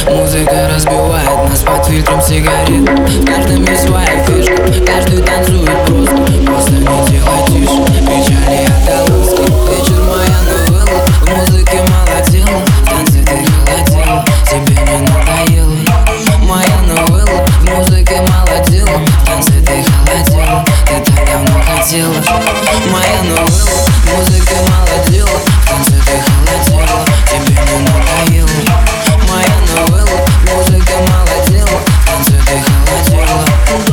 Музыка разбивает нас под фильтром сигарет. В каждом есть своя фишка, каждый танцует просто не делай тише. Печали отголоски, вечер моя новелла. В музыке мало дела, в танце ты холодела, тебе не надоело. Моя новелла, в музыке мало дела, в танце ты холодела, ты так давно хотела. Моя новелла, в музыке мало дела, в танце ты холодела, тебе не надоело. Моя новелла, в музыке мало дела, в танце ты холодела.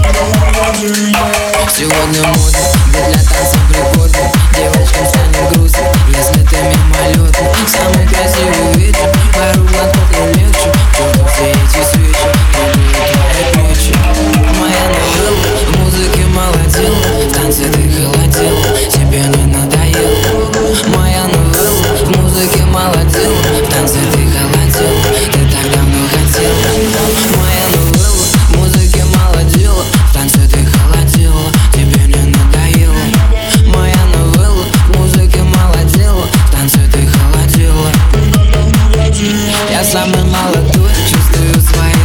Сегодня мода, ведь для танца пригодна. Девочкам станет грустно, если ты мимолетна. Самый красивый вечер, пару глотков не легче. Черту все эти свечи, трогают твои плечи. Моя новелла, в музыке мало дела, в танце ты холодела, тебе не надоело. Моя новелла, в музыке мало дела, в танце ты холодела, ты так давно хотела. Моя новелла, в музыке мало дела, в танце ты холодела, тебе не надоело. Моя новелла, в музыке мало дела, в танце ты холодела. Я самый молодой, чувствую свои